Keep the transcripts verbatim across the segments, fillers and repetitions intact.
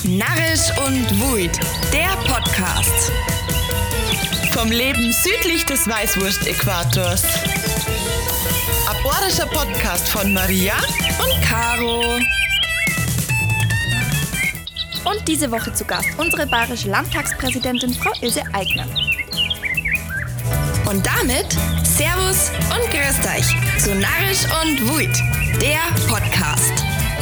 Narrisch und Wuid, der Podcast. Vom Leben südlich des Weißwurst-Äquators. Ein bayerischer Podcast von Maria und Caro. Und diese Woche zu Gast unsere bayerische Landtagspräsidentin Frau Ilse Aigner. Und damit Servus und grüßt euch zu Narrisch und Wuid, der Podcast.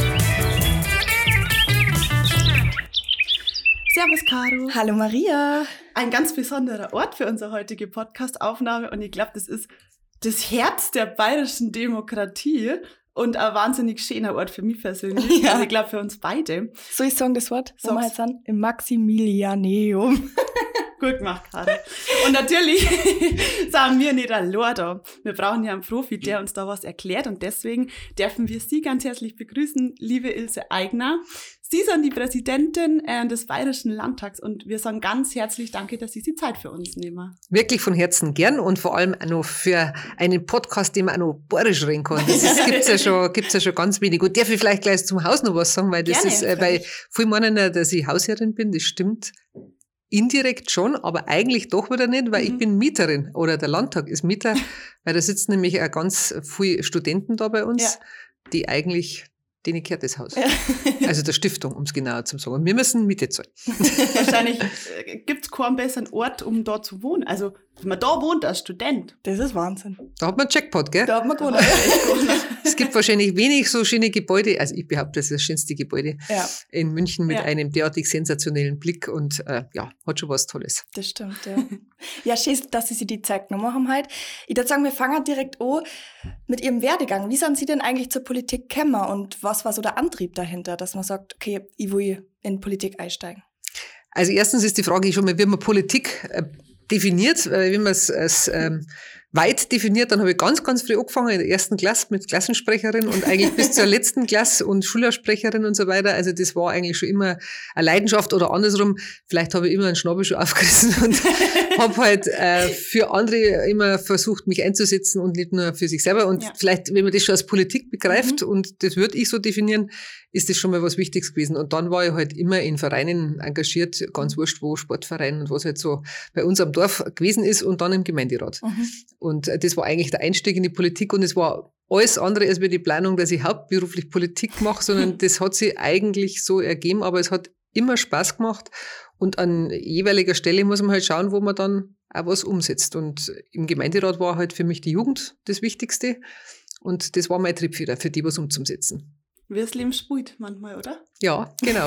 Servus, Caro. Hallo, Maria. Ein ganz besonderer Ort für unsere heutige Podcast-Aufnahme und ich glaube, das ist das Herz der bayerischen Demokratie und ein wahnsinnig schöner Ort für mich persönlich. Ja. Also ich glaube, für uns beide. Soll ich sagen das Wort? Wo Sag's. wir jetzt sind? Im Maximilianeum. Gut gemacht, Caro. Und natürlich sind wir nicht allein da. Wir brauchen ja einen Profi, der uns da was erklärt und deswegen dürfen wir Sie ganz herzlich begrüßen, liebe Ilse Aigner. Sie sind die Präsidentin äh, des Bayerischen Landtags und wir sagen ganz herzlich Danke, dass Sie sich Zeit für uns nehmen. Wirklich von Herzen gern und vor allem auch noch für einen Podcast, den man auch noch bayerisch reden kann. Das ist, gibt's ja schon, gibt's ja schon ganz wenig. Und darf ich vielleicht gleich zum Haus noch was sagen, weil das Gerne, ist, äh, weil viele meinen ja, dass ich Hausherrin bin, das stimmt. Indirekt schon, aber eigentlich doch wieder nicht, weil mhm. ich bin Mieterin oder der Landtag ist Mieter, weil da sitzen nämlich auch ganz viele Studenten da bei uns, ja. die eigentlich, denen gehört das Haus. Ja. Also der Stiftung, um es genauer zu sagen. Und wir müssen Miete zahlen. Wahrscheinlich äh, gibt es keinen besseren Ort, um da zu wohnen. Also wenn man da wohnt als Student. Das ist Wahnsinn. Da hat man einen Jackpot, gell? Da hat man gewonnen. Es gibt wahrscheinlich wenig so schöne Gebäude, also ich behaupte, das ist das schönste Gebäude ja. in München mit ja. einem derartig sensationellen Blick und äh, ja, hat schon was Tolles. Das stimmt, ja. Ja, schön, dass Sie sich die Zeit genommen haben heute. Ich würde sagen, wir fangen direkt an mit Ihrem Werdegang. Wie sind Sie denn eigentlich zur Politik gekommen und was war so der Antrieb dahinter, dass man sagt, okay, ich will in Politik einsteigen? Also erstens ist die Frage schon mal, wie man Politik äh, definiert, äh, wie man es als ähm, weit definiert, dann habe ich ganz, ganz früh angefangen, in der ersten Klasse mit Klassensprecherin und eigentlich bis zur letzten Klasse und Schülersprecherin und so weiter. Also das war eigentlich schon immer eine Leidenschaft oder andersrum, vielleicht habe ich immer einen Schnabel schon aufgerissen und habe halt äh, für andere immer versucht, mich einzusetzen und nicht nur für sich selber. Und ja. vielleicht, wenn man das schon als Politik begreift, mhm. und das würde ich so definieren, ist das schon mal was Wichtiges gewesen. Und dann war ich halt immer in Vereinen engagiert, ganz wurscht wo, Sportvereinen und was halt so bei uns am Dorf gewesen ist und dann im Gemeinderat. Mhm. Und das war eigentlich der Einstieg in die Politik und es war alles andere als die Planung, dass ich hauptberuflich Politik mache, sondern das hat sich eigentlich so ergeben, aber es hat immer Spaß gemacht und an jeweiliger Stelle muss man halt schauen, wo man dann auch was umsetzt. Und im Gemeinderat war halt für mich die Jugend das Wichtigste und das war mein Triebfeder, für die was umzusetzen. Wie das Leben spielt manchmal, oder? Ja, genau.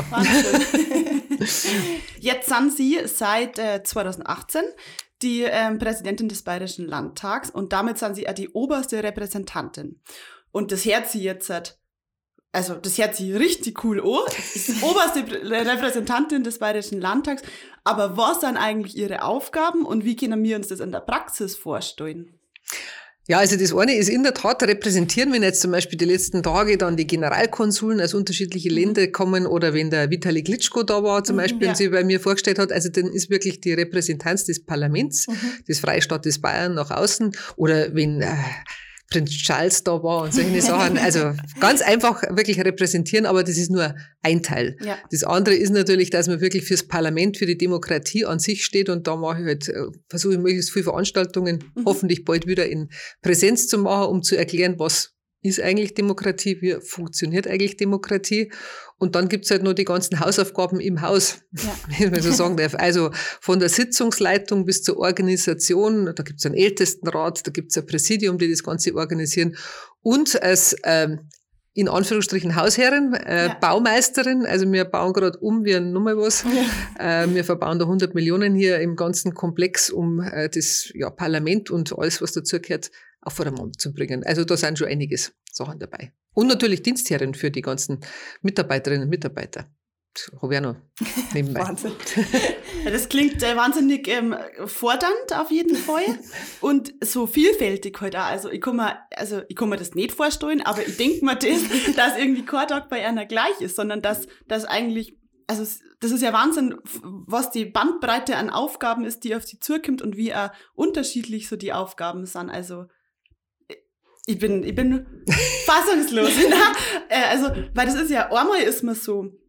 Jetzt sind Sie seit äh, zweitausendachtzehn die ähm, Präsidentin des Bayerischen Landtags und damit sind Sie auch die oberste Repräsentantin. Und das hört Sie jetzt, also das hört Sie richtig cool an, die oberste Repräsentantin des Bayerischen Landtags. Aber was sind eigentlich Ihre Aufgaben und wie können wir uns das in der Praxis vorstellen? Ja, also das eine ist in der Tat repräsentieren, wenn jetzt zum Beispiel die letzten Tage dann die Generalkonsuln aus unterschiedlichen Ländern kommen oder wenn der Vitali Klitschko da war zum Beispiel mhm, ja. und sich bei mir vorgestellt hat, also dann ist wirklich die Repräsentanz des Parlaments, mhm. des Freistaates Bayern nach außen oder wenn äh, Prinz Charles da war und solche Sachen, also ganz einfach wirklich repräsentieren, aber das ist nur ein Teil. Ja. Das andere ist natürlich, dass man wirklich fürs Parlament, für die Demokratie an sich steht und da mache ich halt, versuche ich möglichst viele Veranstaltungen, mhm. hoffentlich bald wieder in Präsenz zu machen, um zu erklären, was ist eigentlich Demokratie, wie funktioniert eigentlich Demokratie und dann gibt's halt noch die ganzen Hausaufgaben im Haus, ja. wenn man so sagen darf. Also von der Sitzungsleitung bis zur Organisation, da gibt's einen Ältestenrat, da gibt's ein Präsidium, die das Ganze organisieren und als ähm, in Anführungsstrichen Hausherrin, äh, ja. Baumeisterin, also wir bauen gerade um wie nochmal was. Ja. Äh, wir verbauen da hundert Millionen hier im ganzen Komplex, um äh, das ja, Parlament und alles, was dazu gehört, auf Vordermann zu bringen. Also da sind schon einiges Sachen dabei. Und natürlich Dienstherrin für die ganzen Mitarbeiterinnen und Mitarbeiter. Das habe ich auch noch nebenbei. Wahnsinn. Ja, das klingt äh, wahnsinnig ähm, fordernd auf jeden Fall und so vielfältig halt auch. Also ich kann mir, also ich kann mir das nicht vorstellen, aber ich denke mir das, dass irgendwie kein Tag bei einer gleich ist, sondern dass, dass eigentlich, also das ist ja Wahnsinn, was die Bandbreite an Aufgaben ist, die auf sie zukommt und wie auch unterschiedlich so die Aufgaben sind. Also Ich bin, ich bin fassungslos. Also, weil das ist ja, einmal ist man so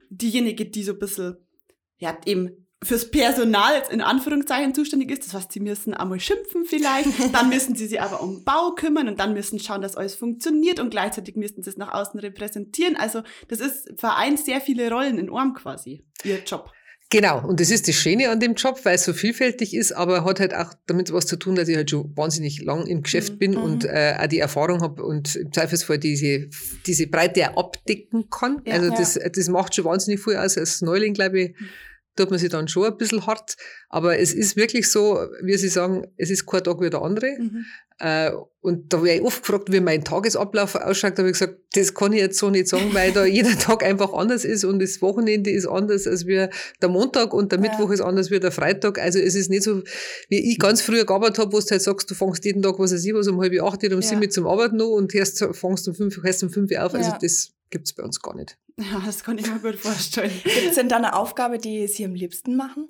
diejenige, die so ein bisschen, ja, eben fürs Personal jetzt in Anführungszeichen zuständig ist. Das heißt, sie müssen einmal schimpfen vielleicht, dann müssen sie sich aber um Bau kümmern und dann müssen schauen, dass alles funktioniert und gleichzeitig müssen sie es nach außen repräsentieren. Also das ist vereint sehr viele Rollen in einem quasi, ihr Job. Genau, und das ist das Schöne an dem Job, weil es so vielfältig ist, aber hat halt auch damit was zu tun, dass ich halt schon wahnsinnig lang im Geschäft Mhm. bin Mhm. und äh, auch die Erfahrung habe und im Zweifelsfall diese, diese Breite auch abdecken kann. Ja, also ja. das, das macht schon wahnsinnig viel aus. Als Neuling, glaube ich, tut man sich dann schon ein bisschen hart. Aber es ist wirklich so, wie Sie sagen, es ist kein Tag wie der andere. Mhm. Äh, und da werde ich oft gefragt, wie mein Tagesablauf ausschaut. Da habe ich gesagt, das kann ich jetzt so nicht sagen, weil da jeder Tag einfach anders ist und das Wochenende ist anders als wie der Montag und der Ja. Mittwoch ist anders wie der Freitag. Also es ist nicht so, wie ich ganz früher gearbeitet habe, wo du halt sagst, du fängst jeden Tag, was weiß ich, was um halb acht oder um Ja. sieben mit zum Arbeiten noch und hörst, fängst um fünf, hörst um fünf auf. Also Ja. das gibt's bei uns gar nicht. Ja, das kann ich mir gut vorstellen. Gibt es denn da eine Aufgabe, die Sie am liebsten machen?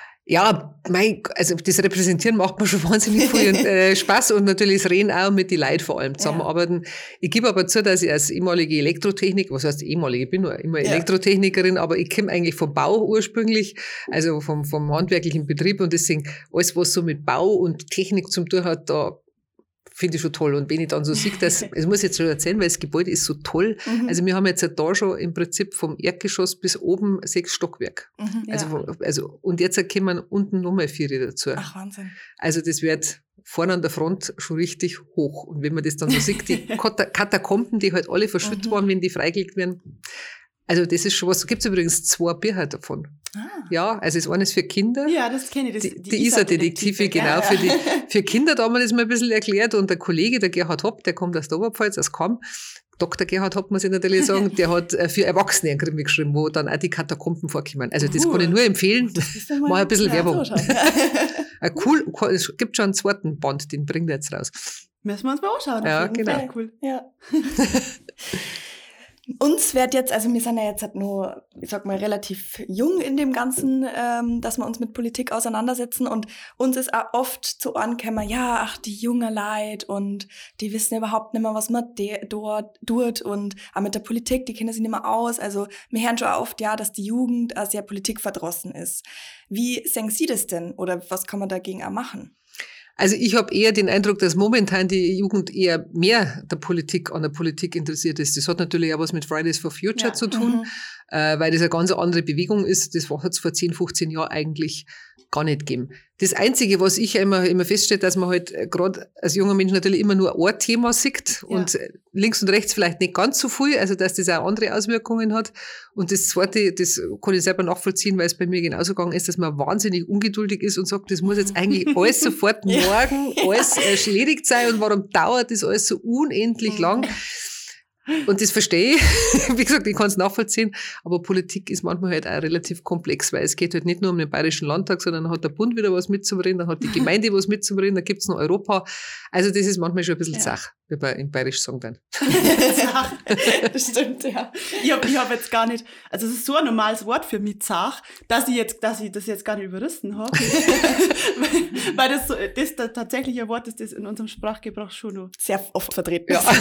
Ja, mein, also das Repräsentieren macht mir schon wahnsinnig viel und, äh, Spaß und natürlich das Reden auch mit den Leuten vor allem zusammenarbeiten. Ich gebe aber zu, dass ich als ehemalige Elektrotechnik, was heißt ehemalige, ich bin nur immer Ja. Elektrotechnikerin, aber ich komme eigentlich vom Bau ursprünglich, also vom, vom handwerklichen Betrieb und deswegen alles, was so mit Bau und Technik zum tun hat, da finde ich schon toll. Und wenn ich dann so sehe, dass, das muss ich jetzt schon erzählen, weil das Gebäude ist so toll. Mhm. Also wir haben jetzt da schon im Prinzip vom Erdgeschoss bis oben sechs Stockwerk. Mhm. Also, Ja. von- also, und jetzt kommen unten nochmal vier dazu. Ach, Wahnsinn. Also das wird vorne an der Front schon richtig hoch. Und wenn man das dann so sieht, die Kata- Katakomben, die halt alle verschüttet Mhm. waren, wenn die freigelegt werden. Also das ist schon was. Da gibt es übrigens zwei Bücher davon. Ah. Ja, also das eine ist für Kinder. Ja, das kenne ich. Das, Die, die Isa-Detektive, genau, ja. für, die, für Kinder, da haben wir das mal ein bisschen erklärt. Und der Kollege, der Gerhard Hopp, der kommt aus der Oberpfalz, aus Cham. Doktor Gerhard Hopp, muss ich natürlich sagen, der hat äh, für Erwachsene einen Krimi geschrieben, wo dann auch die Katakomben vorkommen. Also das Uh, kann ich nur empfehlen. Das ist doch mal- Mach ein bisschen ja, Werbung. so schauen. Äh, cool, cool, es gibt schon einen zweiten Band, den bringt er jetzt raus. Müssen wir uns mal anschauen. Ja, auf jeden genau. Fall. Cool. Ja. Uns wird jetzt, also wir sind ja jetzt halt nur, ich sag mal, relativ jung in dem Ganzen, ähm, dass wir uns mit Politik auseinandersetzen und uns ist auch oft zu Ohren gekommen, ja, ach, die junge Leute und die wissen überhaupt nicht mehr, was man de- dort tut und auch mit der Politik, die kennen sich nicht mehr aus. Also wir hören schon oft, ja, dass die Jugend auch sehr politikverdrossen ist. Wie sehen Sie das denn oder was kann man dagegen auch machen? Also ich habe eher den Eindruck, dass momentan die Jugend eher mehr der Politik an der Politik interessiert ist. Das hat natürlich auch was mit Fridays for Future Ja. zu tun, Mhm. äh, weil das eine ganz andere Bewegung ist. Das hat es vor zehn, fünfzehn Jahren eigentlich gar nicht gegeben. Das Einzige, was ich immer, immer feststelle, dass man halt gerade als junger Mensch natürlich immer nur ein Thema sieht Ja. und links und rechts vielleicht nicht ganz so viel, also dass das auch andere Auswirkungen hat. Und das Zweite, das kann ich selber nachvollziehen, weil es bei mir genauso gegangen ist, dass man wahnsinnig ungeduldig ist und sagt, das muss jetzt eigentlich alles sofort Ja. morgen alles äh, erledigt sein und warum dauert das alles so unendlich Mhm. lang? Und das verstehe ich. Wie gesagt, ich kann es nachvollziehen. Aber Politik ist manchmal halt auch relativ komplex, weil es geht halt nicht nur um den Bayerischen Landtag, sondern dann hat der Bund wieder was mitzureden, dann hat die Gemeinde was mitzureden, dann gibt's noch Europa. Also das ist manchmal schon ein bisschen Ja. Zach, wie wir in Bayerisch sagen dann. Zach. Das stimmt, ja. Ich habe ich hab jetzt gar nicht, also es ist so ein normales Wort für mich, Zach, dass ich jetzt, dass ich das jetzt gar nicht überrissen habe. weil, weil das, so, das das tatsächliche Wort ist, das in unserem Sprachgebrauch schon noch. Sehr oft vertreten. Ja.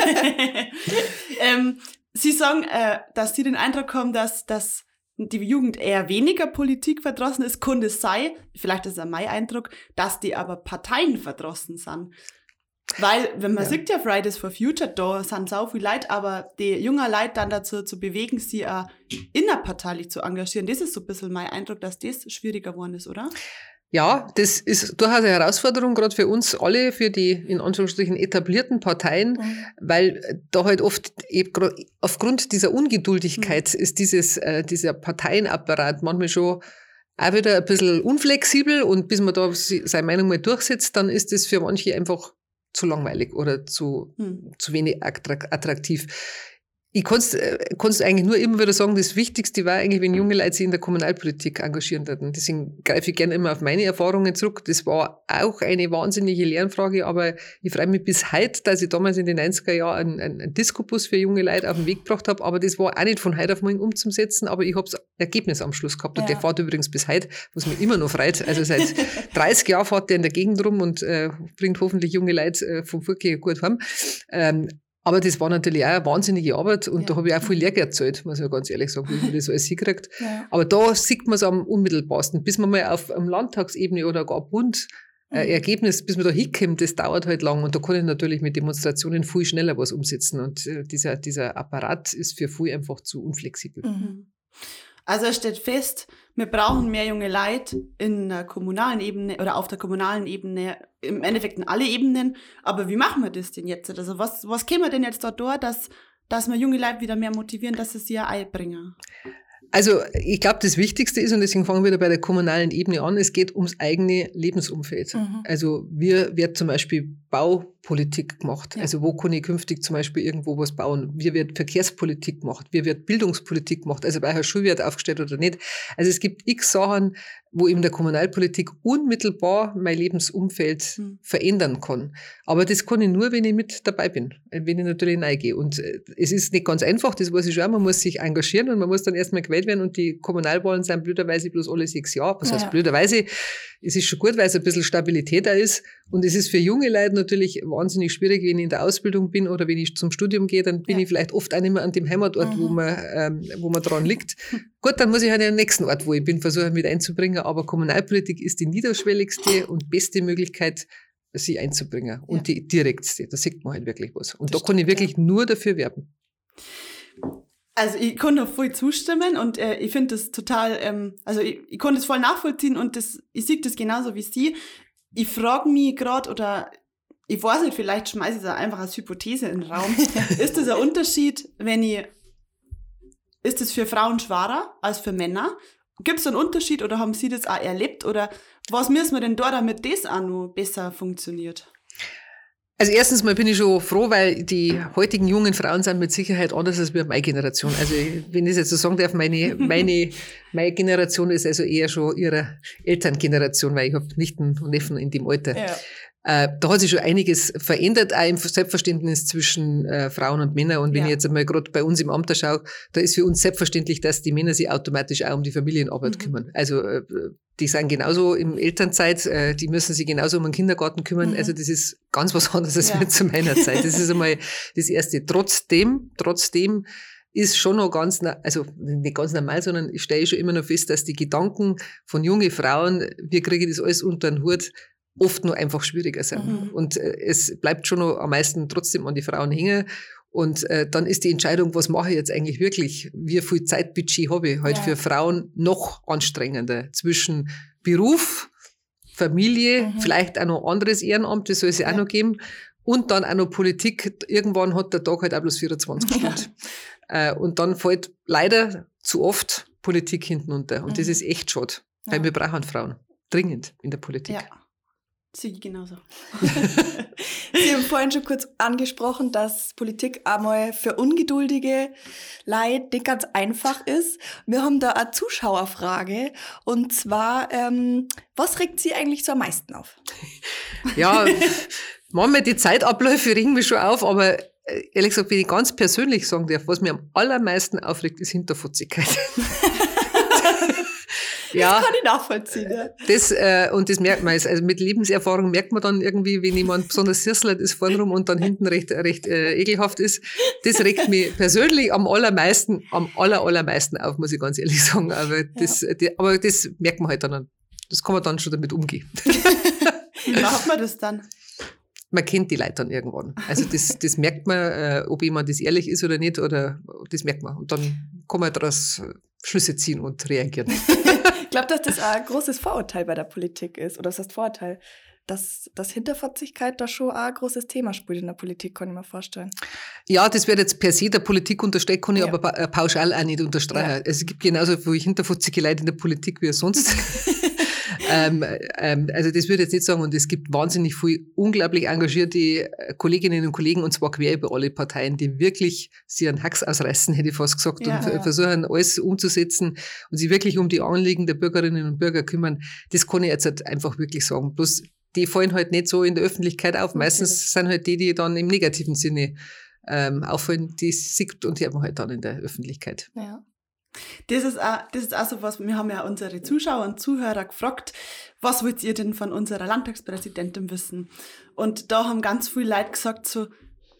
ähm, Sie sagen, äh, dass Sie den Eindruck haben, dass, dass die Jugend eher weniger politikverdrossen ist, kann das sein, vielleicht ist es auch mein Eindruck, dass die aber parteienverdrossen sind. Weil, wenn man Ja. sieht ja Fridays for Future, da sind so viele Leute, aber die jungen Leute dann dazu zu bewegen, sie auch innerparteilich zu engagieren, das ist so ein bisschen mein Eindruck, dass das schwieriger geworden ist, oder? Ja, das ist durchaus eine Herausforderung, gerade für uns alle, für die in Anführungsstrichen etablierten Parteien, Mhm. weil da halt oft eben gra- aufgrund dieser Ungeduldigkeit ist dieses, äh, dieser Parteienapparat manchmal schon auch wieder ein bisschen unflexibel und bis man da si- seine Meinung mal durchsetzt, dann ist das für manche einfach zu langweilig oder zu, Hm. zu wenig attra- attraktiv. Ich kann's, äh, kann's eigentlich nur immer wieder sagen, das Wichtigste war eigentlich, wenn junge Leute sich in der Kommunalpolitik engagieren würden. Deswegen greife ich gerne immer auf meine Erfahrungen zurück. Das war auch eine wahnsinnige Lernfrage, aber ich freue mich bis heute, dass ich damals in den neunziger Jahren einen, einen, einen Discobus für junge Leute auf den Weg gebracht habe, aber das war auch nicht von heute auf morgen umzusetzen, aber ich habe das Ergebnis am Schluss gehabt und Ja. der fährt übrigens bis heute, was mich immer noch freut. Also seit dreißig Jahren fährt der in der Gegend rum und äh, bringt hoffentlich junge Leute äh, vom Vorkehr gut heim. Ähm, Aber das war natürlich auch eine wahnsinnige Arbeit und Ja. da habe ich auch viel Lehrgeld gezahlt, muss ich ganz ehrlich sagen, wie man das alles hingekriegt. Ja. Aber da sieht man es am unmittelbarsten. Bis man mal auf am Landtagsebene oder gar Bund äh, Mhm. Ergebnis, bis man da hinkommt, das dauert halt lang. Und da kann ich natürlich mit Demonstrationen viel schneller was umsetzen. Und äh, dieser, dieser Apparat ist für viel einfach zu unflexibel. Mhm. Also es steht fest, wir brauchen mehr junge Leute in der kommunalen Ebene oder auf der kommunalen Ebene, im Endeffekt in alle Ebenen. Aber wie machen wir das denn jetzt? Also was, was können wir denn jetzt da durch, dass, dass wir junge Leute wieder mehr motivieren, dass sie sich ein Ei bringen? Also ich glaube, das Wichtigste ist, und deswegen fangen wir wieder bei der kommunalen Ebene an, es geht ums eigene Lebensumfeld. Mhm. Also wir wird zum Beispiel Baupolitik gemacht. Ja. Also wo kann ich künftig zum Beispiel irgendwo was bauen? Wie wird Verkehrspolitik gemacht? Wie wird Bildungspolitik gemacht? Also bei einer Schule wird aufgestellt oder nicht? Also es gibt x Sachen, wo eben der Kommunalpolitik unmittelbar mein Lebensumfeld Mhm. verändern kann. Aber das kann ich nur, wenn ich mit dabei bin, wenn ich natürlich reingehe. Und äh, es ist nicht ganz einfach, das weiß ich schon, man muss sich engagieren und man muss dann erstmal gewählt werden und die Kommunalwahlen sind blöderweise bloß alle sechs Jahre. Was heißt Ja. blöderweise? Es ist schon gut, weil es ein bisschen Stabilität da ist. Und es ist für junge Leute natürlich wahnsinnig schwierig, wenn ich in der Ausbildung bin oder wenn ich zum Studium gehe, dann bin Ja. ich vielleicht oft auch nicht mehr an dem Heimatort, wo Mhm. man, ähm, wo man dran liegt. Gut, dann muss ich halt an den nächsten Ort, wo ich bin, versuchen mit einzubringen. Aber Kommunalpolitik ist die niederschwelligste und beste Möglichkeit, sie einzubringen. Und Ja. die direktste. Da sieht man halt wirklich was. Und Das da kann ich stimmt, wirklich nur dafür werben. Also ich kann da voll zustimmen und äh, ich finde das total, ähm, also ich, ich kann das voll nachvollziehen und das, ich sehe das genauso wie Sie. Ich frage mich gerade oder ich weiß nicht, vielleicht schmeiße ich es auch einfach als Hypothese in den Raum. Ist das ein Unterschied, wenn ich, ist es für Frauen schwerer als für Männer? Gibt es einen Unterschied oder haben Sie das auch erlebt oder was müssen wir denn da, damit das auch noch besser funktioniert? Also erstens mal bin ich schon froh, weil die heutigen jungen Frauen sind mit Sicherheit anders als wir meine Generation. Also wenn ich es jetzt so sagen darf, meine, meine, meine Generation ist also eher schon ihrer Elterngeneration, weil ich habe Nichten und Neffen in dem Alter. Ja. Äh, da hat sich schon einiges verändert, auch im Selbstverständnis zwischen äh, Frauen und Männern. Und wenn Ja. ich jetzt einmal gerade bei uns im Amt schaue, da ist für uns selbstverständlich, dass die Männer sich automatisch auch um die Familienarbeit Mhm. kümmern. Also äh, die sind genauso im Elternzeit, äh, die müssen sich genauso um den Kindergarten kümmern. Mhm. Also das ist ganz was anderes als Ja. wir zu meiner Zeit. Das ist einmal das Erste. Trotzdem, trotzdem ist schon noch ganz, na- also nicht ganz normal, sondern ich stelle schon immer noch fest, dass die Gedanken von jungen Frauen, wie kriege ich das alles unter den Hut, oft nur einfach schwieriger sind. Mhm. Und äh, es bleibt schon noch am meisten trotzdem an die Frauen hängen. Und äh, dann ist die Entscheidung, was mache ich jetzt eigentlich wirklich? Wie viel Zeitbudget habe ich heute Ja. für Frauen noch anstrengender? Zwischen Beruf, Familie, Mhm. vielleicht auch noch anderes Ehrenamt, das soll es ja auch Ja. noch geben. Und dann auch noch Politik. Irgendwann hat der Tag halt auch bloß vierundzwanzig Ja. Stunden. Äh, und dann fällt leider zu oft Politik hinten unter. Und das Mhm. ist echt schade. Weil Ja. wir brauchen Frauen. Dringend in der Politik. Ja, sehe ich genauso. Sie haben vorhin schon kurz angesprochen, dass Politik einmal für ungeduldige Leute nicht ganz einfach ist. Wir haben da eine Zuschauerfrage und zwar, ähm, was regt Sie eigentlich so am meisten auf? Ja, manchmal die Zeitabläufe regen mich schon auf, aber äh, ehrlich gesagt, wenn ich ganz persönlich sagen darf, was mir am allermeisten aufregt, ist Hinterfotzigkeit. Ja, Kann ich nachvollziehen, ja. das, äh, und das merkt man jetzt. Also mit Lebenserfahrung merkt man dann irgendwie, wenn jemand besonders sirslert ist vorn rum und dann hinten recht, recht äh, ekelhaft ist. Das regt mich persönlich am allermeisten, am aller, allermeisten auf, muss ich ganz ehrlich sagen. Aber das, die, aber das merkt man halt dann. Das kann man dann schon damit umgehen. Wie macht man das dann? Man kennt die Leute dann irgendwann. Also das, das merkt man, äh, ob jemand das ehrlich ist oder nicht, oder das merkt man. Und dann kann man daraus Schlüsse ziehen und reagieren. Ich glaube, dass das auch ein großes Vorurteil bei der Politik ist. Oder was heißt Vorurteil? Dass, dass Hinterfotzigkeit da schon auch ein großes Thema spielt in der Politik, kann ich mir vorstellen. Ja, das wird jetzt per se der Politik unterstellt, kann ich Ja. aber pa- äh, pauschal auch nicht unterstreichen. Ja. Es gibt genauso viele hinterfotzige Leute in der Politik wie sonst. ähm, ähm, also das würde ich jetzt nicht sagen. Und es gibt wahnsinnig viele unglaublich engagierte Kolleginnen und Kollegen, und zwar quer über alle Parteien, die wirklich sie einen Hacks ausreißen, hätte ich fast gesagt, Ja, und ja. versuchen, alles umzusetzen und sich wirklich um die Anliegen der Bürgerinnen und Bürger kümmern. Das kann ich jetzt halt einfach wirklich sagen. Bloß die fallen halt nicht so in der Öffentlichkeit auf. Meistens Natürlich. sind halt die, die dann im negativen Sinne ähm, auffallen, die sieht und hört man halt dann in der Öffentlichkeit. Ja. Das ist auch, das ist auch so was, wir haben ja unsere Zuschauer und Zuhörer gefragt, was wollt ihr denn von unserer Landtagspräsidentin wissen? Und da haben ganz viele Leute gesagt so,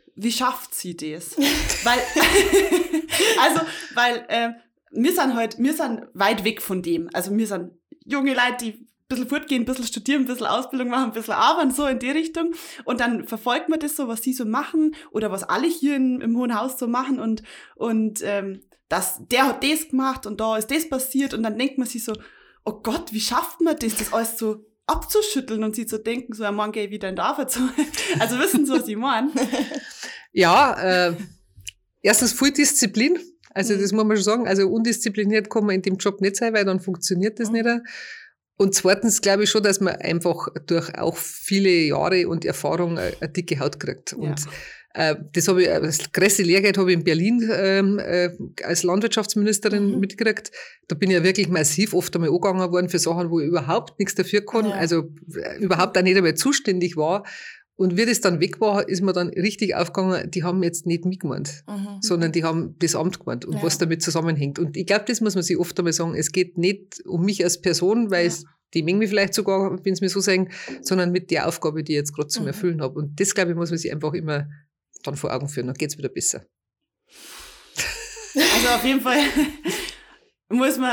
wie schafft sie das? weil, also, weil äh, wir sind halt, wir sind weit weg von dem. Also wir sind junge Leute, die ein bisschen fortgehen, ein bisschen studieren, ein bisschen Ausbildung machen, ein bisschen arbeiten, so in die Richtung. Und dann verfolgt man das so, was sie so machen oder was alle hier in, im Hohen Haus so machen und, und ähm, das, der hat das gemacht und da ist das passiert und dann denkt man sich so, oh Gott, wie schafft man das, das alles so abzuschütteln und sie zu denken, so, ja, morgen gehe ich wieder in die Arbeit. Also wissen Sie, was ich meine? Ja, äh, erstens viel Disziplin. Also das muss man schon sagen. Also undiszipliniert kann man in dem Job nicht sein, weil dann funktioniert das mhm. nicht. Und zweitens glaube ich schon, dass man einfach durch auch viele Jahre und Erfahrung eine, eine dicke Haut kriegt. Und ja. äh, das habe ich, das größte Lehrgeld habe ich in Berlin ähm, äh, als Landwirtschaftsministerin mhm. mitgekriegt. Da bin ich ja wirklich massiv oft einmal angegangen worden für Sachen, wo ich überhaupt nichts dafür kann, ja. also äh, überhaupt auch nicht einmal zuständig war. Und wie das dann weg war, ist mir dann richtig aufgegangen, die haben jetzt nicht mich gemeint, mhm. sondern die haben das Amt gemeint und ja. was damit zusammenhängt. Und ich glaube, das muss man sich oft einmal sagen, es geht nicht um mich als Person, weil ja. es, die mengen mich vielleicht sogar, wenn es mir so sagen, sondern mit der Aufgabe, die ich jetzt gerade zum mhm. Erfüllen habe. Und das, glaube ich, muss man sich einfach immer dann vor Augen führen, dann geht's wieder besser. Also auf jeden Fall muss man,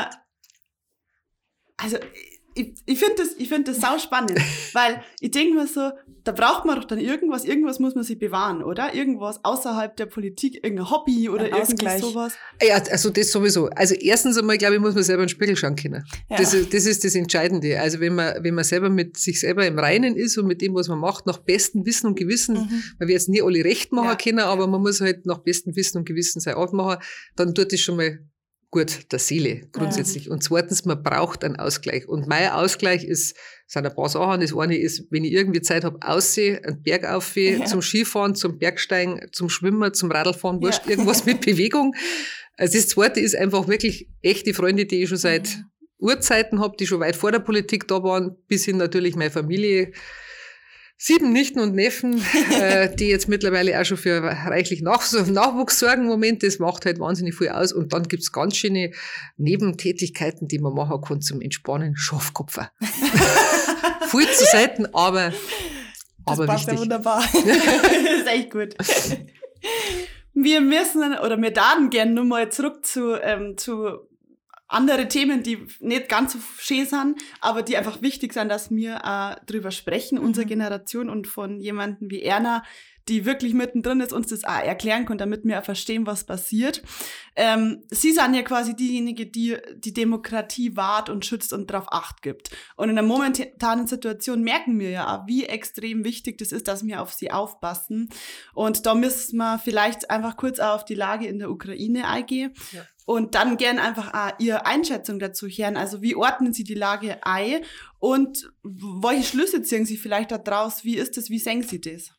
also ich, ich finde das, ich finde das sau spannend, weil ich denke mir so, da braucht man doch dann irgendwas, irgendwas muss man sich bewahren, oder? Irgendwas außerhalb der Politik, irgendein Hobby oder irgendwie sowas. Ja, also das sowieso. Also erstens einmal, glaube ich, muss man selber in den Spiegel schauen können. Ja. Das, ist, das ist das Entscheidende. Also wenn man, wenn man selber mit sich selber im Reinen ist und mit dem, was man macht, nach bestem Wissen und Gewissen, mhm. weil wir jetzt nie alle recht machen ja. können, aber man muss halt nach bestem Wissen und Gewissen sein Art machen, dann tut das schon mal gut der Seele grundsätzlich. Ja. Und zweitens, man braucht einen Ausgleich. Und mein Ausgleich ist, sind ein paar Sachen. Das eine ist, wenn ich irgendwie Zeit habe, aussehe, einen Berg aufsehe, ja. zum Skifahren, zum Bergsteigen, zum Schwimmen, zum Radlfahren, wurscht, ja. irgendwas mit Bewegung. Also das zweite ist einfach wirklich echte Freunde, die ich schon seit ja. Urzeiten habe, die schon weit vor der Politik da waren, bis hin natürlich meine Familie. Sieben Nichten und Neffen, äh, die jetzt mittlerweile auch schon für reichlich Nach- Nachwuchs sorgen im Moment. Das macht halt wahnsinnig viel aus. Und dann gibt's ganz schöne Nebentätigkeiten, die man machen kann zum Entspannen. Schafkopfer. Viel zu selten, aber, das aber passt wichtig. Ja wunderbar. Das ist echt gut. Wir müssen, oder wir daten gerne nur mal zurück zu, ähm, zu andere Themen, die nicht ganz so schön sind, aber die einfach wichtig sind, dass wir äh, drüber sprechen, mhm. unsere Generation und von jemandem wie Erna, die wirklich mittendrin ist, uns das auch erklären kann, damit wir auch verstehen, was passiert. Ähm, Sie sind ja quasi diejenige, die die Demokratie wahrt und schützt und darauf Acht gibt. Und in der momentanen Situation merken wir ja auch, wie extrem wichtig das ist, dass wir auf sie aufpassen. Und da müssen wir vielleicht einfach kurz auch auf die Lage in der Ukraine eingehen. Ja. Und dann gern einfach auch Ihre Einschätzung dazu hören. Also wie ordnen Sie die Lage ein und welche Schlüsse ziehen Sie vielleicht daraus? Wie ist das? Wie sehen Sie das?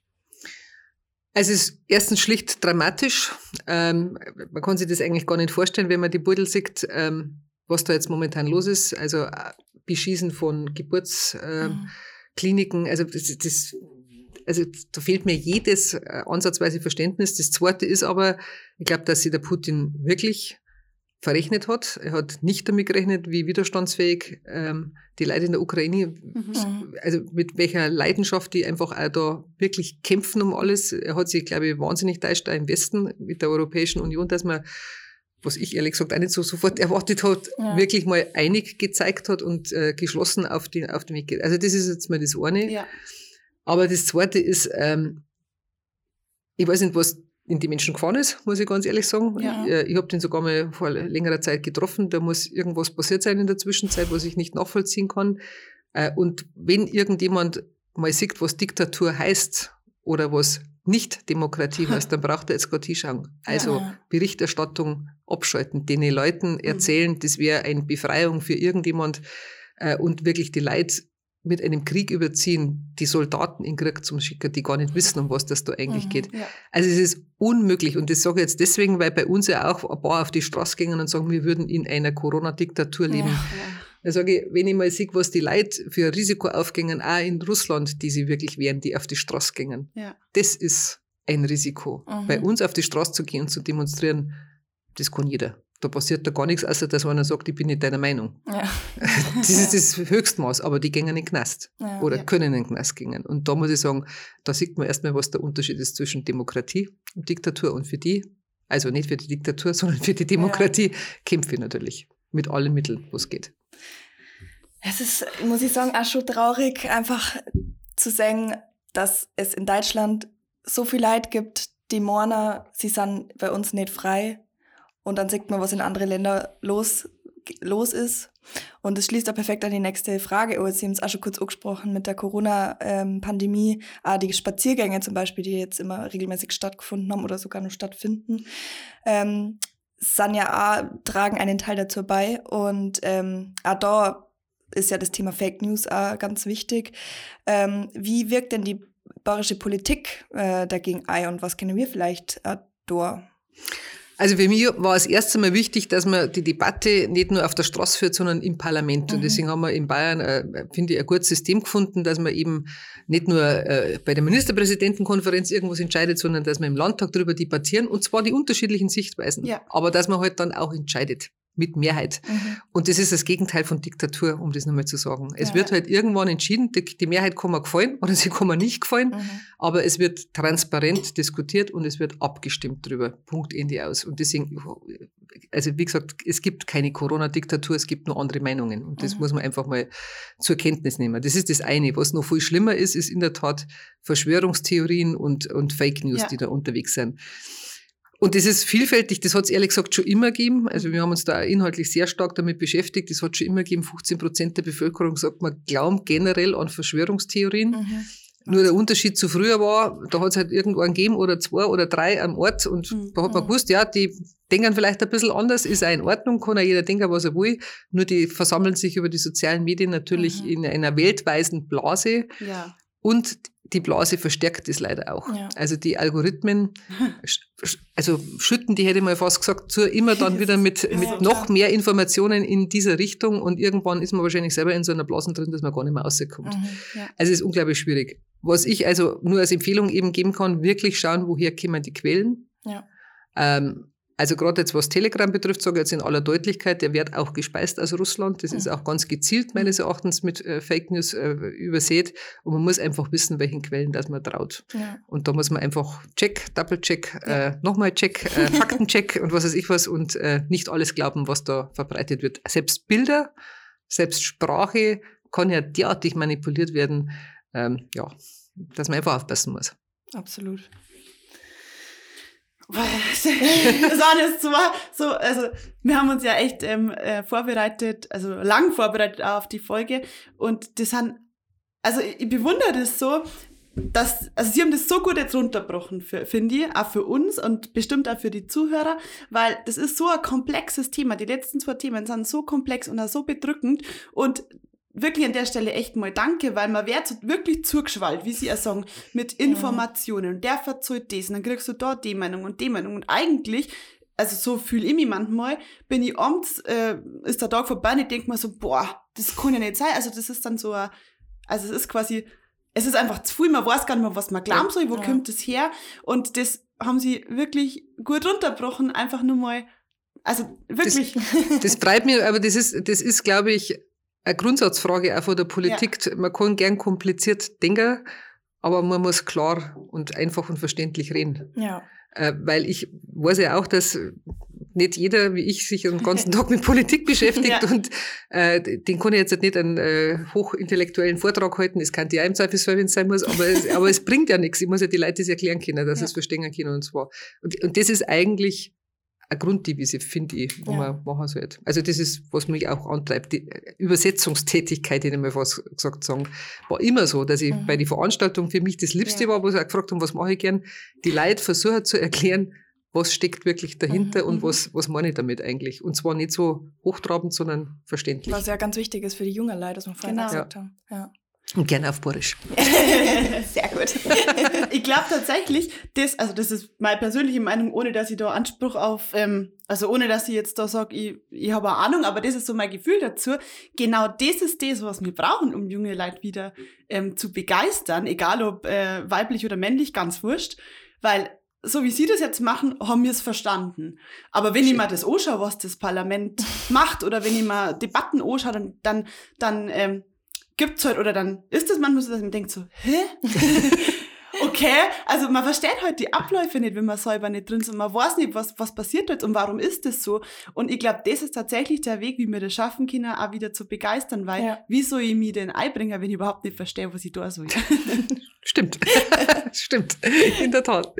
Also es ist erstens schlicht dramatisch. Ähm, man kann sich das eigentlich gar nicht vorstellen, wenn man die Bilder sieht, ähm, was da jetzt momentan los ist. Also äh, Beschießen von Geburtskliniken. Äh, mhm. Also das, das Also da fehlt mir jedes äh, ansatzweise Verständnis. Das Zweite ist aber, ich glaube, dass sich der Putin wirklich verrechnet hat. Er hat nicht damit gerechnet, wie widerstandsfähig ähm, die Leute in der Ukraine, mhm. also mit welcher Leidenschaft die einfach auch da wirklich kämpfen um alles. Er hat sich, glaube ich, wahnsinnig täuscht da im Westen mit der Europäischen Union, dass man, was ich ehrlich gesagt auch nicht so sofort erwartet hat, ja. wirklich mal einig gezeigt hat und äh, geschlossen auf, die, auf den Weg geht. Also das ist jetzt mal das eine. Ja. Aber das Zweite ist, ähm, ich weiß nicht, was in die Menschen gefahren ist, muss ich ganz ehrlich sagen. Ja. Ich, ich habe den sogar mal vor längerer Zeit getroffen. Da muss irgendwas passiert sein in der Zwischenzeit, was ich nicht nachvollziehen kann. Und wenn irgendjemand mal sieht, was Diktatur heißt oder was nicht Demokratie heißt, dann braucht er jetzt gerade hinschauen. Also ja. Berichterstattung abschalten, den Leuten erzählen, mhm. das wäre eine Befreiung für irgendjemand und wirklich die Leute mit einem Krieg überziehen, die Soldaten in Krieg zum Schicken, die gar nicht wissen, um was das da eigentlich mhm, geht. Ja. Also es ist unmöglich. Und das sage ich jetzt deswegen, weil bei uns ja auch ein paar auf die Straße gehen und sagen, wir würden in einer Corona-Diktatur leben. Ja, ja. Da sage ich, wenn ich mal sehe, was die Leute für ein Risiko aufgehen, auch in Russland, die sie wirklich wehren, die auf die Straße gehen. Ja. Das ist ein Risiko. Mhm. Bei uns auf die Straße zu gehen und zu demonstrieren, das kann jeder. Da passiert da gar nichts, außer dass einer sagt, ich bin nicht deiner Meinung. Ja. Das ist das Höchstmaß, aber die gehen in den Knast Ja, oder ja. können in den Knast gehen. Und da muss ich sagen, da sieht man erstmal, was der Unterschied ist zwischen Demokratie und Diktatur. Und für die, also nicht für die Diktatur, sondern für die Demokratie, ja. kämpfe ich natürlich mit allen Mitteln, was geht. Es ist, muss ich sagen, auch schon traurig, einfach zu sehen, dass es in Deutschland so viel Leute gibt, die meinen, sie sind bei uns nicht frei. Und dann sieht man, was in anderen Ländern los, los ist. Und das schließt auch perfekt an die nächste Frage. Oh, Sie haben es auch schon kurz angesprochen mit der Corona-Pandemie. Ah, die Spaziergänge zum Beispiel, die jetzt immer regelmäßig stattgefunden haben oder sogar noch stattfinden, ähm, sind ja auch, tragen einen Teil dazu bei. Und ähm, auch da ist ja das Thema Fake News auch ganz wichtig. Ähm, wie wirkt denn die bayerische Politik äh, dagegen ein und was können wir vielleicht auch da? Also für mich war es erst einmal wichtig, dass man die Debatte nicht nur auf der Straße führt, sondern im Parlament. Und deswegen haben wir in Bayern, äh, finde ich, ein gutes System gefunden, dass man eben nicht nur äh, bei der Ministerpräsidentenkonferenz irgendwas entscheidet, sondern dass wir im Landtag darüber debattieren, und zwar die unterschiedlichen Sichtweisen. Ja. Aber dass man halt dann auch entscheidet. Mit Mehrheit. Mhm. Und das ist das Gegenteil von Diktatur, um das nochmal zu sagen. Es Ja. wird halt irgendwann entschieden, die, die Mehrheit kann mir gefallen oder sie kann mir nicht gefallen, Mhm. aber es wird transparent diskutiert und es wird abgestimmt drüber. Punkt, Ende aus. Und deswegen, also wie gesagt, es gibt keine Corona-Diktatur, es gibt nur andere Meinungen. Und das Mhm. muss man einfach mal zur Kenntnis nehmen. Das ist das eine. Was noch viel schlimmer ist, ist in der Tat Verschwörungstheorien und, und Fake News, Ja. die da unterwegs sind. Und das ist vielfältig, das hat es ehrlich gesagt schon immer gegeben. Also wir haben uns da inhaltlich sehr stark damit beschäftigt. Das hat schon immer gegeben, fünfzehn Prozent der Bevölkerung sagt, man glaubt generell an Verschwörungstheorien. Mhm. Nur der Unterschied zu früher war, da hat es halt irgendwann gegeben oder zwei oder drei am Ort und Mhm. da hat man gewusst, ja, die denken vielleicht ein bisschen anders, ist auch in Ordnung, kann auch jeder denken, was er will. Nur die versammeln sich über die sozialen Medien natürlich Mhm. in einer weltweiten Blase. Ja. Und die Blase verstärkt es leider auch. Ja. Also die Algorithmen, also schütten die, hätte ich mal fast gesagt, zu immer dann wieder mit, ist mit so noch klar. mehr Informationen in dieser Richtung und irgendwann ist man wahrscheinlich selber in so einer Blase drin, dass man gar nicht mehr rauskommt. Mhm. Ja. Also es ist unglaublich schwierig. Was ich also nur als Empfehlung eben geben kann, wirklich schauen, woher kommen die Quellen. Ja. Ähm, also gerade jetzt, was Telegram betrifft, sage ich jetzt in aller Deutlichkeit, der wird auch gespeist aus Russland. Das Mhm. ist auch ganz gezielt meines Erachtens mit äh, Fake News äh, übersät. Und man muss einfach wissen, welchen Quellen das man traut. Ja. Und da muss man einfach Check, Double-Check, äh, nochmal Check, äh, Faktencheck und was weiß ich was und äh, nicht alles glauben, was da verbreitet wird. Selbst Bilder, selbst Sprache kann ja derartig manipuliert werden, ähm, ja, dass man einfach aufpassen muss. Absolut. Das war jetzt so, so, also wir haben uns ja echt ähm, äh, vorbereitet, also lang vorbereitet auch auf die Folge und das sind, also ich, ich bewundere das so, dass, also sie haben das so gut jetzt runtergebrochen, für, finde ich, auch für uns und bestimmt auch für die Zuhörer, weil das ist so ein komplexes Thema, die letzten zwei Themen sind so komplex und auch so bedrückend und wirklich an der Stelle echt mal danke, weil man wird so wirklich zugeschwallt, wie sie ja sagen, mit Informationen. Und der verzählt das und dann kriegst du dort die Meinung und die Meinung. Und eigentlich, also so fühle ich mich manchmal, bin ich abends, äh, ist der Tag vorbei und ich denke mir so, boah, das kann ja nicht sein. Also das ist dann so, ein, also es ist quasi, es ist einfach zu viel, man weiß gar nicht mehr, was man glauben soll, wo Ja. kommt das her. Und das haben sie wirklich gut runterbrochen, einfach nur mal, also wirklich. Das freut mich, aber das ist, das ist, glaube ich, eine Grundsatzfrage auch von der Politik. Ja. Man kann gern kompliziert denken, aber man muss klar und einfach und verständlich reden. Ja. Äh, weil ich weiß ja auch, dass nicht jeder, wie ich, sich den ganzen Tag mit Politik beschäftigt Ja. und äh, den kann ich jetzt nicht einen äh, hochintellektuellen Vortrag halten. Das kann ja im Zweifelsfall, wenn es sein muss, aber es, aber es bringt ja nichts. Ich muss ja die Leute das erklären können, dass sie Ja. es verstehen können und zwar. Und, und das ist eigentlich eine Grunddivise, finde ich, wo Ja. man machen sollte. Also das ist, was mich auch antreibt. Die Übersetzungstätigkeit, hätte ich mal fast gesagt, sagen, war immer so, dass ich Mhm. bei den Veranstaltungen für mich das Liebste Ja. war, wo sie auch gefragt haben, was mache ich gern, die Leute versuchen zu erklären, was steckt wirklich dahinter Mhm, und mhm. was, was meine ich damit eigentlich. Und zwar nicht so hochtrabend, sondern verständlich. Was ja ganz wichtig ist für die jungen Leute, was wir vorhin Genau. auch gesagt haben. Ja. Und gerne auf Borisch. Sehr gut. Ich glaube tatsächlich, das, also das ist meine persönliche Meinung, ohne dass ich da Anspruch auf, ähm, also ohne dass ich jetzt da sage, ich, ich habe eine Ahnung, aber das ist so mein Gefühl dazu. Genau das ist das, was wir brauchen, um junge Leute wieder ähm, zu begeistern, egal ob äh, weiblich oder männlich, ganz wurscht, weil so wie sie das jetzt machen, haben wir es verstanden. Aber wenn Schön. ich mir das anschaue, was das Parlament macht, oder wenn ich mir Debatten anschaue, dann, dann, dann ähm, gibt's halt, oder dann ist das manchmal so, dass man denkt so, hä? Okay, also man versteht halt die Abläufe nicht, wenn man selber nicht drin ist, und man weiß nicht, was, was passiert jetzt und warum ist das so. Und ich glaube, das ist tatsächlich der Weg, wie wir das schaffen können, auch wieder zu begeistern, weil ja. wie soll ich mich denn einbringen, wenn ich überhaupt nicht verstehe, was ich da soll? Stimmt, stimmt, in der Tat.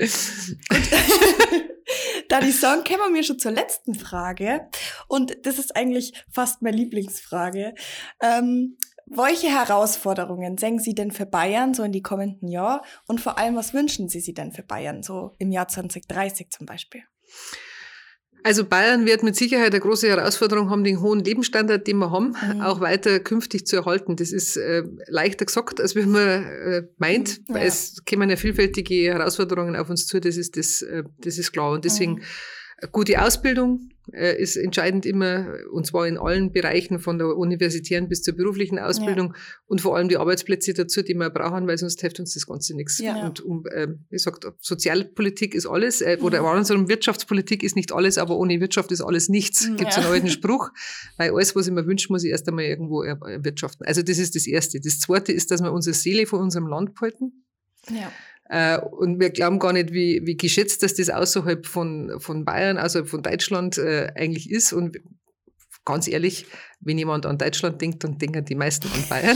Da die sagen, kommen wir schon zur letzten Frage, und das ist eigentlich fast meine Lieblingsfrage. Ähm, Welche Herausforderungen sehen Sie denn für Bayern so in die kommenden Jahren? Und vor allem, was wünschen Sie sich denn für Bayern so im Jahr zwanzig dreißig zum Beispiel? Also Bayern wird mit Sicherheit eine große Herausforderung haben, den hohen Lebensstandard, den wir haben, mhm. auch weiter künftig zu erhalten. Das ist äh, leichter gesagt, als wenn man äh, meint, weil ja. es kommen ja vielfältige Herausforderungen auf uns zu, das ist, das, äh, das ist klar. Und deswegen mhm. gute Ausbildung äh, ist entscheidend immer, und zwar in allen Bereichen, von der universitären bis zur beruflichen Ausbildung, ja. und vor allem die Arbeitsplätze dazu, die wir brauchen, weil sonst hilft uns das Ganze nichts. Ja. Und um, äh, wie gesagt, Sozialpolitik ist alles, äh, oder mhm. andersrum, Wirtschaftspolitik ist nicht alles, aber ohne Wirtschaft ist alles nichts. Ja. Gibt es einen alten Spruch, weil alles, was ich mir wünsche, muss ich erst einmal irgendwo erwirtschaften. Also das ist das Erste. Das Zweite ist, dass wir unsere Seele von unserem Land behalten. Ja. Uh, und wir glauben gar nicht, wie, wie geschätzt dass das außerhalb von, von Bayern, außerhalb von Deutschland äh, eigentlich ist. Und ganz ehrlich, wenn jemand an Deutschland denkt, dann denken die meisten an Bayern.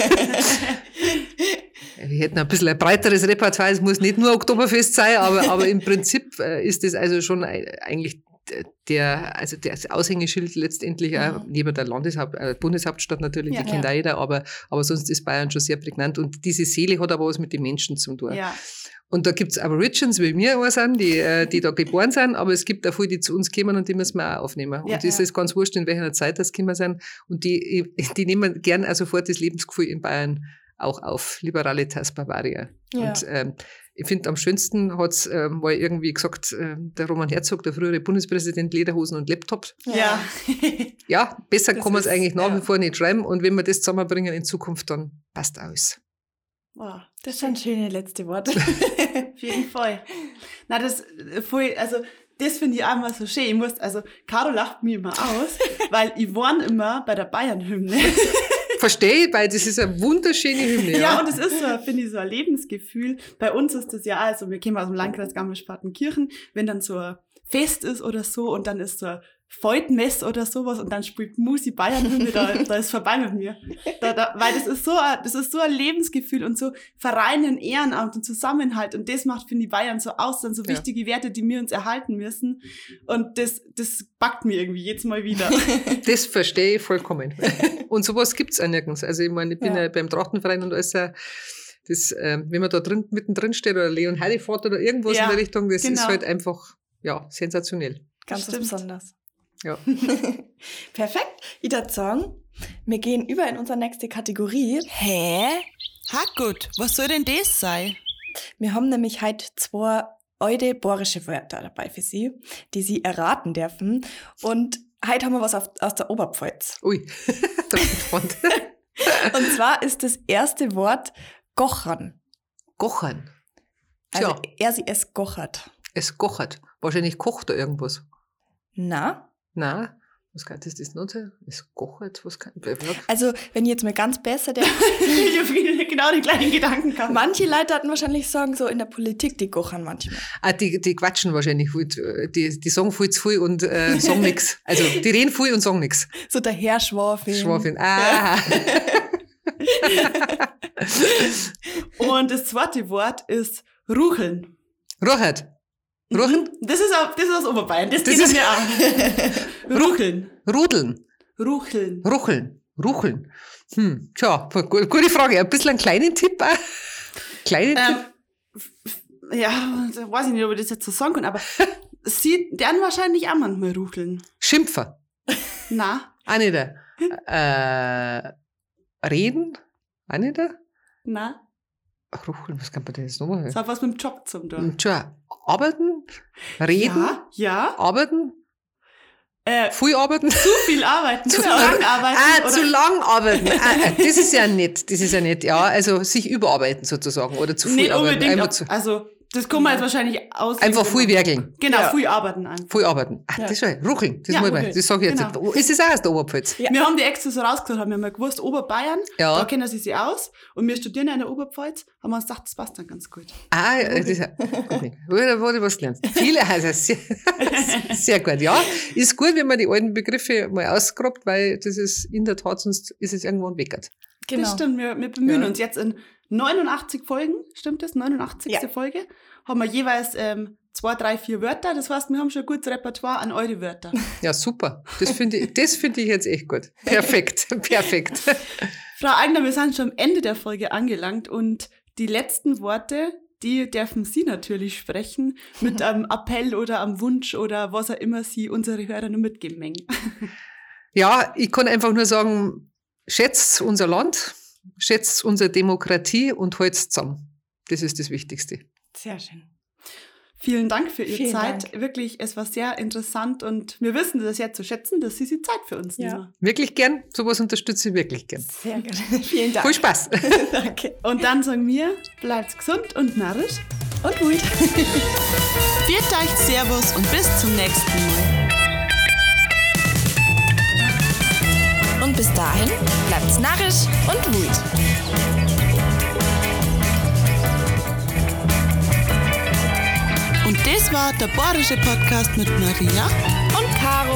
Wir hätten ein bisschen ein breiteres Repertoire, es muss nicht nur Oktoberfest sein, aber, aber im Prinzip äh, ist das also schon eigentlich der, also das Aushängeschild letztendlich, mhm. auch neben der Landeshaupt, äh, Bundeshauptstadt natürlich, ja, die kennt ja. auch jeder, aber, aber sonst ist Bayern schon sehr prägnant, und diese Seele hat aber was mit den Menschen zu tun. Ja. Und da gibt's Aborigines, wie wir auch sind, die, die da geboren sind, aber es gibt auch viele, die zu uns kommen, und die müssen wir auch aufnehmen. Ja, und das ja. ist ganz wurscht, in welcher Zeit das gekommen sind, und die, die nehmen gern auch sofort das Lebensgefühl in Bayern auch auf, Liberalitas Bavaria. Ja. Und ähm, ich finde, am schönsten hat's äh, mal irgendwie gesagt, äh, der Roman Herzog, der frühere Bundespräsident, Lederhosen und Laptop. Ja. Ja, besser das kann man es eigentlich nach ja. wie vor nicht schreiben, und wenn wir das zusammenbringen in Zukunft, dann passt alles. Wow, das sind schöne letzte Worte. Auf jeden Fall. Na, das voll, also das finde ich auch immer so schön. Ich muss, also Caro lacht mir immer aus, weil ich warne immer bei der Bayern-Hymne. Verstehe ich, weil das ist eine wunderschöne Hymne. Ja, ja, und es ist so, finde ich, so ein Lebensgefühl. Bei uns ist das ja, also wir kommen aus dem Landkreis Garmisch-Partenkirchen, wenn dann so ein Fest ist oder so, und dann ist so ein Feutmess oder sowas, und dann spielt Musi Bayern-Hymne, da, da ist vorbei mit mir. Da, da, weil das ist so ein, das ist so ein Lebensgefühl und so Vereinen, Ehrenamt und Zusammenhalt, und das macht, finde ich, Bayern so aus, dann so ja. wichtige Werte, die wir uns erhalten müssen, und das, das packt mir irgendwie jedes Mal wieder. Das verstehe ich vollkommen. Und sowas gibt's auch nirgends. Also ich meine, ich bin ja, ja beim Trachtenverein, und alles ja, das, äh, wenn man da drin, mittendrin steht, oder Leon Heidefort oder irgendwas ja, in der Richtung, das genau. ist halt einfach, ja, sensationell. Ganz besonders. Ja. Perfekt. Ich würde sagen, wir gehen über in unsere nächste Kategorie. Hä? Ha gut, was soll denn das sein? Wir haben nämlich heute zwei alte bohrische Wörter dabei für Sie, die Sie erraten dürfen. Und heute haben wir was auf, aus der Oberpfalz. Ui, da bin ich gespannt. Und zwar ist das erste Wort Gochern. Gochern? Also er, sie, es gochert. Es gochert. Wahrscheinlich kocht da irgendwas. Na? Na, was kann das das noch sein? Es kocht, was kann das? Also, wenn ich jetzt mal ganz besser denke. Ich habe genau die gleichen Gedanken gehabt. Manche Leute hatten wahrscheinlich sagen, so in der Politik, die kochern manchmal. Ah, die, die quatschen wahrscheinlich viel, die, die sagen viel zu viel und äh, sagen nichts. Also, die reden viel und sagen nichts. So der Herr Schwafeln. Schwafeln, ah. Und das zweite Wort ist Rucheln. Ruchert. Ruchen? Das ist, auch, das ist aus Oberbayern. Das, das geht ist mir auch. Rucheln. Rudeln. Rucheln. Rucheln. Rucheln. Hm, tja, gute Frage. Ein bisschen einen kleinen Tipp auch. Kleinen ähm, Tipp? Ja, weiß ich nicht, ob ich das jetzt so sagen kann, aber sie werden wahrscheinlich auch manchmal rucheln. Schimpfer. Na. Auch nicht. Äh, reden? Auch nicht. Na. Rucheln, was kann man denn jetzt noch machen? Das hat was mit dem Job zu tun. Tja, arbeiten, reden, ja, ja. arbeiten, äh, viel arbeiten. Zu viel arbeiten, zu lang arbeiten. Ah, oder? zu lang arbeiten. ah, das ist ja nett, das ist ja nett, ja, also sich überarbeiten sozusagen oder zu viel nicht arbeiten. Unbedingt, Einfach ob, zu also Das kann man jetzt wahrscheinlich aus. Einfach viel werkeln. Genau, Ja. viel arbeiten einfach. Viel arbeiten. Ach, Ja. das ist schon, ruckeln. Das, Ja, muss man, ruckeln. das sage ich jetzt Genau. nicht. Ist das auch aus der Oberpfalz? Ja. Wir haben die extra so rausgesucht, haben wir mal gewusst, Oberbayern, Ja. da kennen sie sich aus. Und wir studieren ja in der Oberpfalz, haben wir uns gedacht, das passt dann ganz gut. Ah, ja, das ist, gut, da wurde was gelernt. Viele, also sehr, sehr gut. Ja, ist gut, wenn man die alten Begriffe mal ausgrabt, weil das ist in der Tat, sonst ist es irgendwann weggert. Genau. Das stimmt, wir, wir bemühen Ja. uns jetzt in neunundachtzig Folgen, stimmt das? neunundachtzigste Ja. Folge, haben wir jeweils ähm, zwei, drei, vier Wörter. Das heißt, wir haben schon ein gutes Repertoire an eure Wörter. Ja, super. Das finde ich, das finde ich jetzt echt gut. Perfekt, perfekt. Frau Eigner, wir sind schon am Ende der Folge angelangt und die letzten Worte, die dürfen Sie natürlich sprechen mit einem Appell oder einem Wunsch oder was auch immer Sie unsere Hörer nur mitgeben mengen. Ja, ich kann einfach nur sagen, schätzt unser Land, schätzt unsere Demokratie und halt's zusammen. Das ist das Wichtigste. Sehr schön. Vielen Dank für Ihre Vielen Zeit. Dank. Wirklich, es war sehr interessant und wir wissen das jetzt zu schätzen, dass Sie sich Zeit für uns Ja. nehmen. Wirklich gern, sowas unterstütze ich wirklich gern. Sehr gut. Vielen Dank. Viel Spaß. Danke. Und dann sagen wir, bleibt gesund und narrisch. Und gut. Viert euch, Servus und bis zum nächsten Mal. Und bis dahin bleibt's narrisch und wut. Und das war der Bayerische Podcast mit Maria Und Caro.